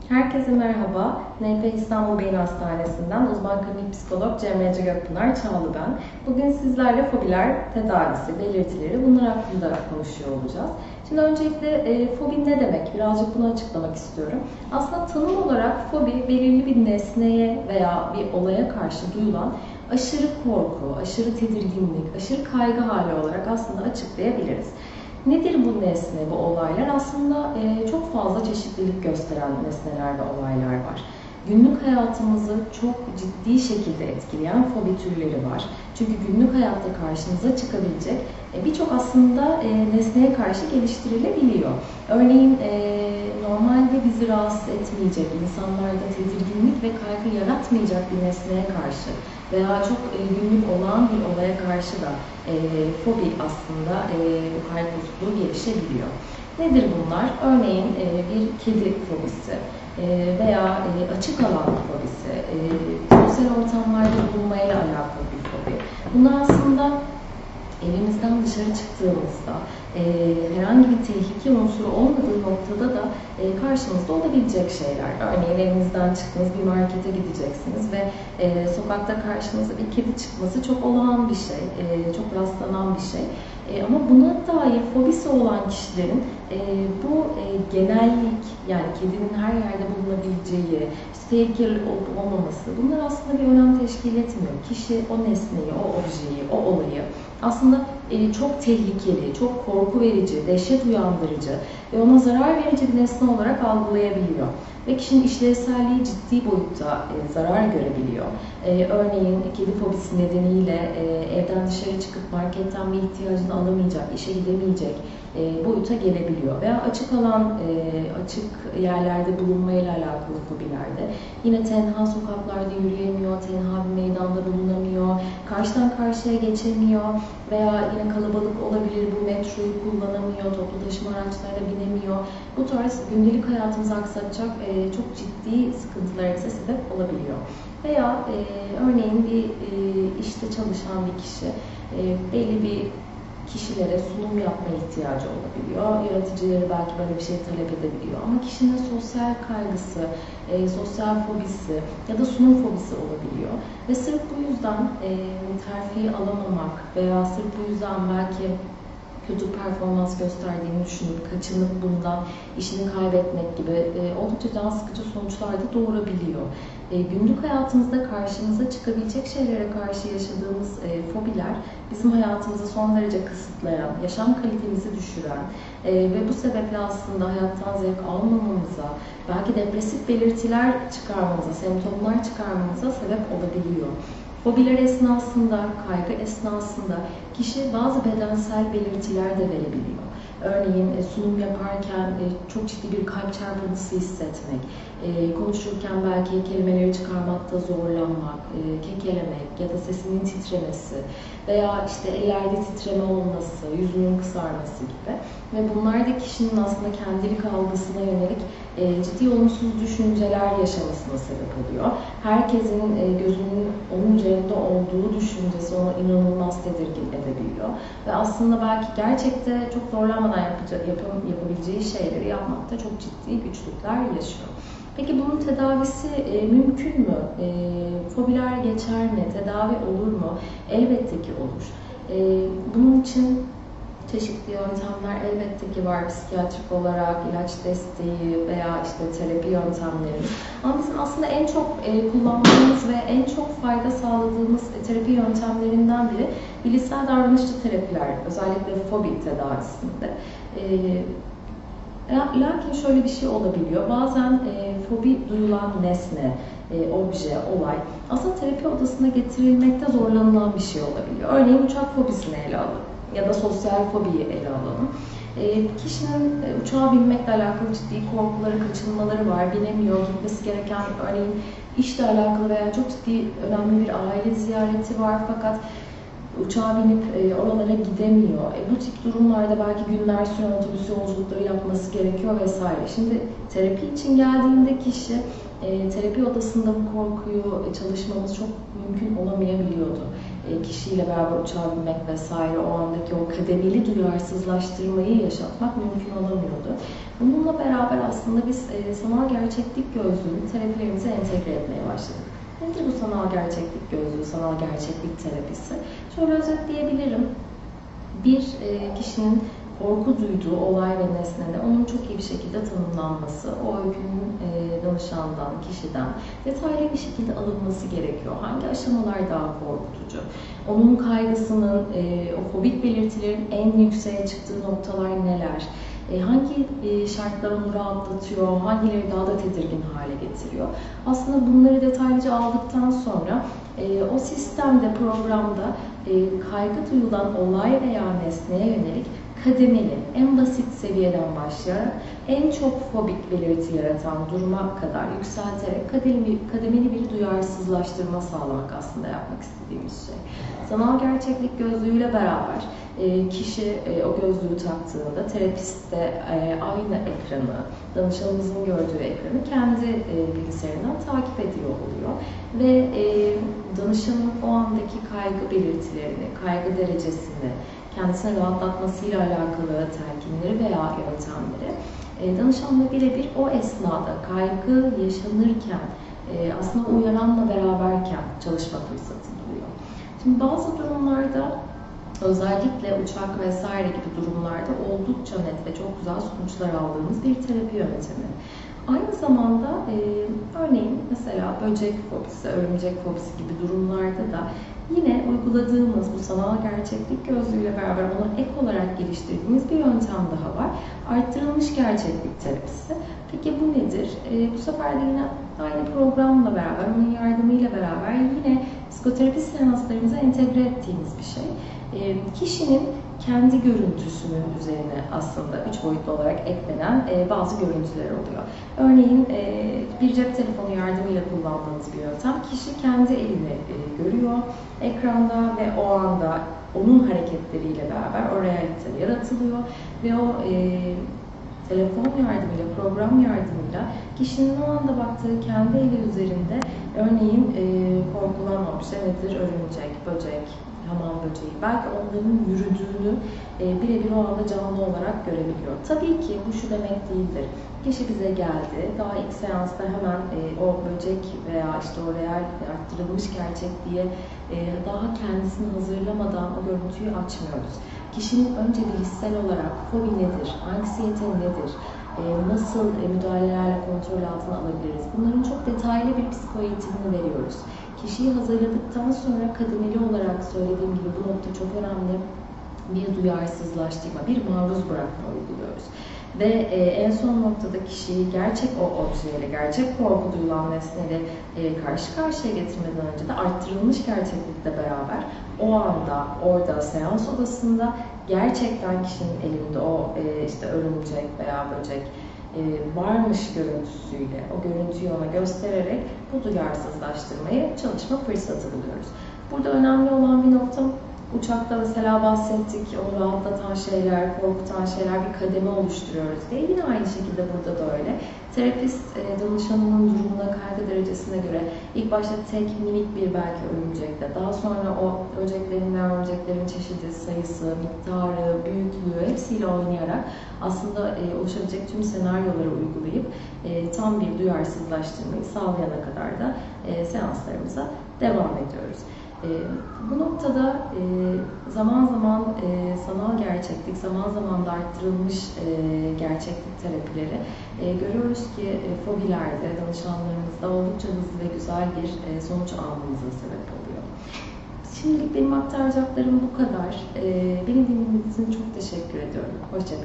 Herkese merhaba. NP İstanbul Beyin Hastanesi'nden uzman klinik psikolog Cemre Gökpınar Çağlı ben. Bugün sizlerle fobiler tedavisi, belirtileri bunlar hakkında konuşuyor olacağız. Şimdi öncelikle fobi ne demek? Birazcık bunu açıklamak istiyorum. Aslında tanım olarak fobi belirli bir nesneye veya bir olaya karşı duyulan aşırı korku, aşırı tedirginlik, aşırı kaygı hali olarak aslında açıklayabiliriz. Nedir bu nesne, bu olaylar? Aslında çok fazla çeşitlilik gösteren nesneler ve olaylar var. Günlük hayatımızı çok ciddi şekilde etkileyen fobi türleri var. Çünkü günlük hayatta karşınıza çıkabilecek birçok aslında nesneye karşı geliştirilebiliyor. Örneğin normalde bizi rahatsız etmeyecek, insanlarda tedirginlik ve kaygı yaratmayacak bir nesneye karşı veya çok günlük olağan bir olaya karşı da fobi aslında kaygı bozukluğu gelişebiliyor. Nedir bunlar? Örneğin bir kedi fobisi veya açık alan fobisi, sosyal ortamlarda bulunmayla alakalı bir fobi. Bunlar aslında evimizden dışarı çıktığımızda herhangi bir tehlike unsuru olmadığı noktada da karşımızda olabilecek şeyler. Örneğin evinizden çıktınız, bir markete gideceksiniz ve sokakta karşınıza bir kedi çıkması çok olağan bir şey, çok rastlanan bir şey. Ama buna dair fobisi olan kişilerin bu genellik, yani kedinin her yerde bulunabileceği, işte tehlikeli olup olmaması, bunlar aslında bir önem teşkil etmiyor. Kişi o nesneyi, o objeyi, o olayı aslında çok tehlikeli, çok korku verici, dehşet uyandırıcı ve ona zarar verici bir nesne olarak algılayabiliyor. Ve kişinin işlevselliği ciddi boyutta zarar görebiliyor. Örneğin kedi fobisi nedeniyle evden dışarı çıkıp marketten bir ihtiyacını alamayacak, işe gidemeyecek boyuta gelebiliyor. Veya açık alan, açık yerlerde bulunmayla alakalı fobilerde yine tenha sokaklarda yürüyemiyor, tenha bir meydanda bulunamıyor, karşıdan karşıya geçemiyor veya yine kalabalık olabilir, bu metroyu kullanamıyor, toplu taşıma araçlarına binemiyor. Bu tarz gündelik hayatımızı aksatacak çok ciddi sıkıntılara ise sebep olabiliyor. Veya örneğin bir işte çalışan bir kişi belli bir kişilere sunum yapma ihtiyacı olabiliyor. Yöneticileri belki böyle bir şey talep edebiliyor. Ama kişinin sosyal kaygısı, sosyal fobisi ya da sunum fobisi olabiliyor. Ve sırf bu yüzden terfi alamamak veya sırf bu yüzden belki kötü performans gösterdiğini düşünüp kaçınıp bundan işini kaybetmek gibi oldukça can sıkıcı sonuçlar da doğurabiliyor. Günlük hayatımızda karşımıza çıkabilecek şeylere karşı yaşadığımız fobiler bizim hayatımızı son derece kısıtlayan, yaşam kalitemizi düşüren ve bu sebeple aslında hayattan zevk almamamıza, belki depresif belirtiler çıkarmamıza, semptomlar çıkarmamıza sebep olabiliyor. Fobiler esnasında, kaygı esnasında kişi bazı bedensel belirtiler de verebiliyor. Örneğin sunum yaparken çok ciddi bir kalp çarpıntısı hissetmek, konuşurken belki kelimeleri çıkarmakta zorlanmak, kekelemek ya da sesinin titremesi veya işte ellerde titreme olması, yüzünün kızarması gibi. Ve bunlar da kişinin aslında kendilik algısına yönelik ciddi olumsuz düşünceler yaşamasına sebep oluyor. Herkesin gözünün onun üzerinde olduğu düşüncesi onu inanılmaz tedirgin edebiliyor. Ve aslında belki gerçekte çok zorlanmadan yapabileceği şeyleri yapmakta çok ciddi güçlükler yaşıyor. Peki bunun tedavisi mümkün mü? Fobiler geçer mi? Tedavi olur mu? Elbette ki olur. Bunun için çeşitli yöntemler elbette ki var. Psikiyatrik olarak ilaç desteği veya işte terapi yöntemleri. Ama bizim aslında en çok kullandığımız ve en çok fayda sağladığımız terapi yöntemlerinden biri bilişsel davranışçı terapiler, özellikle fobi tedavisinde. Lakin şöyle bir şey olabiliyor. Bazen fobi duyulan nesne, obje, olay aslında terapi odasına getirilmekte zorlanılan bir şey olabiliyor. Örneğin uçak fobisini ele alalım ya da sosyal fobiyi ele alalım. Kişinin uçağa binmekle alakalı ciddi korkuları, kaçınmaları var. Binemiyor, gitmesi gereken örneğin işle alakalı veya çok ciddi önemli bir aile ziyareti var fakat uçağa binip oralara gidemiyor. Bu tip durumlarda belki günler süren otobüs yolculukları yapması gerekiyor vesaire. Şimdi terapi için geldiğinde kişi terapi odasında bu korkuyu çalışmamız çok mümkün olamayabiliyordu. kişiyle beraber uçağa binmek vesaire, o andaki o kademeli duyarsızlaştırmayı yaşatmak mümkün olamıyordu. Bununla beraber aslında biz sanal gerçeklik gözlüğünü terapilerimize entegre etmeye başladık. Nedir bu sanal gerçeklik gözlüğü, sanal gerçeklik terapisi? Şöyle özetleyebilirim. Bir kişinin korku duyduğu olay ve nesnede onun çok iyi bir şekilde tanımlanması, o öykünün danışandan, kişiden detaylı bir şekilde alınması gerekiyor. Hangi aşamalar daha korkutucu? Onun kaygısının, o fobik belirtilerin en yükseğe çıktığı noktalar neler? Hangi şartlar onu rahatlatıyor, hangileri daha da tedirgin hale getiriyor? Aslında bunları detaylıca aldıktan sonra o sistemde, programda kaygı duyulan olay veya nesneye yönelik kademeli, en basit seviyeden başlayarak en çok fobik belirti yaratan duruma kadar yükselterek kademeli bir duyarsızlaştırma sağlamak aslında yapmak istediğimiz şey. Sanal gerçeklik gözlüğüyle beraber kişi o gözlüğü taktığında terapist de aynı ekranı, danışanımızın gördüğü ekranı kendi bilgisayarından takip ediyor oluyor. Ve danışanın o andaki kaygı belirtilerini, kaygı derecesini, kendisini rahatlatmasıyla alakalı telkinleri veya yöntemleri danışanla birebir o esnada kaygı yaşanırken aslında uyaranla beraberken çalışma fırsatı buluyor. Şimdi bazı durumlarda özellikle uçak vesaire gibi durumlarda oldukça net ve çok güzel sonuçlar aldığımız bir terapi yöntemi. Aynı zamanda örneğin mesela böcek fobisi, örümcek fobisi gibi durumlarda da yine uyguladığımız bu sanal gerçeklik gözlüğüyle beraber ona ek olarak geliştirdiğimiz bir yöntem daha var. Arttırılmış gerçeklik terapisi. Peki bu nedir? Bu sefer de yine aynı programla beraber, onun yardımıyla beraber yine psikoterapi seanslarımıza entegre ettiğimiz bir şey. Kişinin kendi görüntüsünün üzerine aslında 3 boyutlu olarak eklenen bazı görüntüler oluyor. Örneğin bir cep telefonu yardımıyla kullandığınız bir yöntem. Kişi kendi elini görüyor ekranda ve o anda onun hareketleriyle beraber o realite yaratılıyor ve o telefon yardımıyla, program yardımıyla kişinin o anda baktığı kendi eli üzerinde örneğin korkulan obje nedir? Örümcek, böcek, hamam böceği. Belki onların yürüdüğünü birebir o anda canlı olarak görebiliyor. Tabii ki bu şu demek değildir. Kişi bize geldi, daha ilk seansta hemen o böcek veya işte o real arttırılmış gerçekliğe daha kendisini hazırlamadan o görüntüyü açmıyoruz. Kişinin önce bilişsel olarak fobi nedir, anksiyete nedir, nasıl müdahalelerle kontrol altına alabiliriz? Bunların çok detaylı bir psikoeğitimini veriyoruz. Kişiyi hazırladıktan sonra kademeli olarak söylediğim gibi bu nokta çok önemli. Bir duyarsızlaştırma, bir maruz bırakma uyguluyoruz. Ve en son noktada kişiyi gerçek o objeyle, gerçek korku duyulan nesneyle karşı karşıya getirmeden önce de arttırılmış gerçeklikle beraber o anda, orada, seans odasında gerçekten kişinin elinde o işte örümcek veya böcek varmış görüntüsüyle, o görüntüyü ona göstererek bu duyarsızlaştırmayı çalışma fırsatı buluyoruz. Burada önemli olan bir nokta, uçakta mesela bahsettik, onu rahatlatan şeyler, korkutan şeyler bir kademe oluşturuyoruz diye. Yine aynı şekilde burada da öyle. Terapist danışanının durumuna, kaygı derecesine göre ilk başta tek minik bir belki örümcekle, daha sonra o böceklerin ve örümceklerin çeşidi, sayısı, miktarı, büyüklüğü hepsiyle oynayarak aslında oluşabilecek tüm senaryoları uygulayıp tam bir duyarsızlaştırmayı sağlayana kadar da seanslarımıza devam ediyoruz. Bu noktada zaman zaman sanal gerçeklik, zaman zaman da arttırılmış gerçeklik terapileri görüyoruz ki fobilerde, danışanlarımızda oldukça hızlı ve güzel bir sonuç almamıza sebep oluyor. Şimdilik benim aktaracaklarım bu kadar. Beni dinlediğiniz için çok teşekkür ediyorum. Hoşça kalın.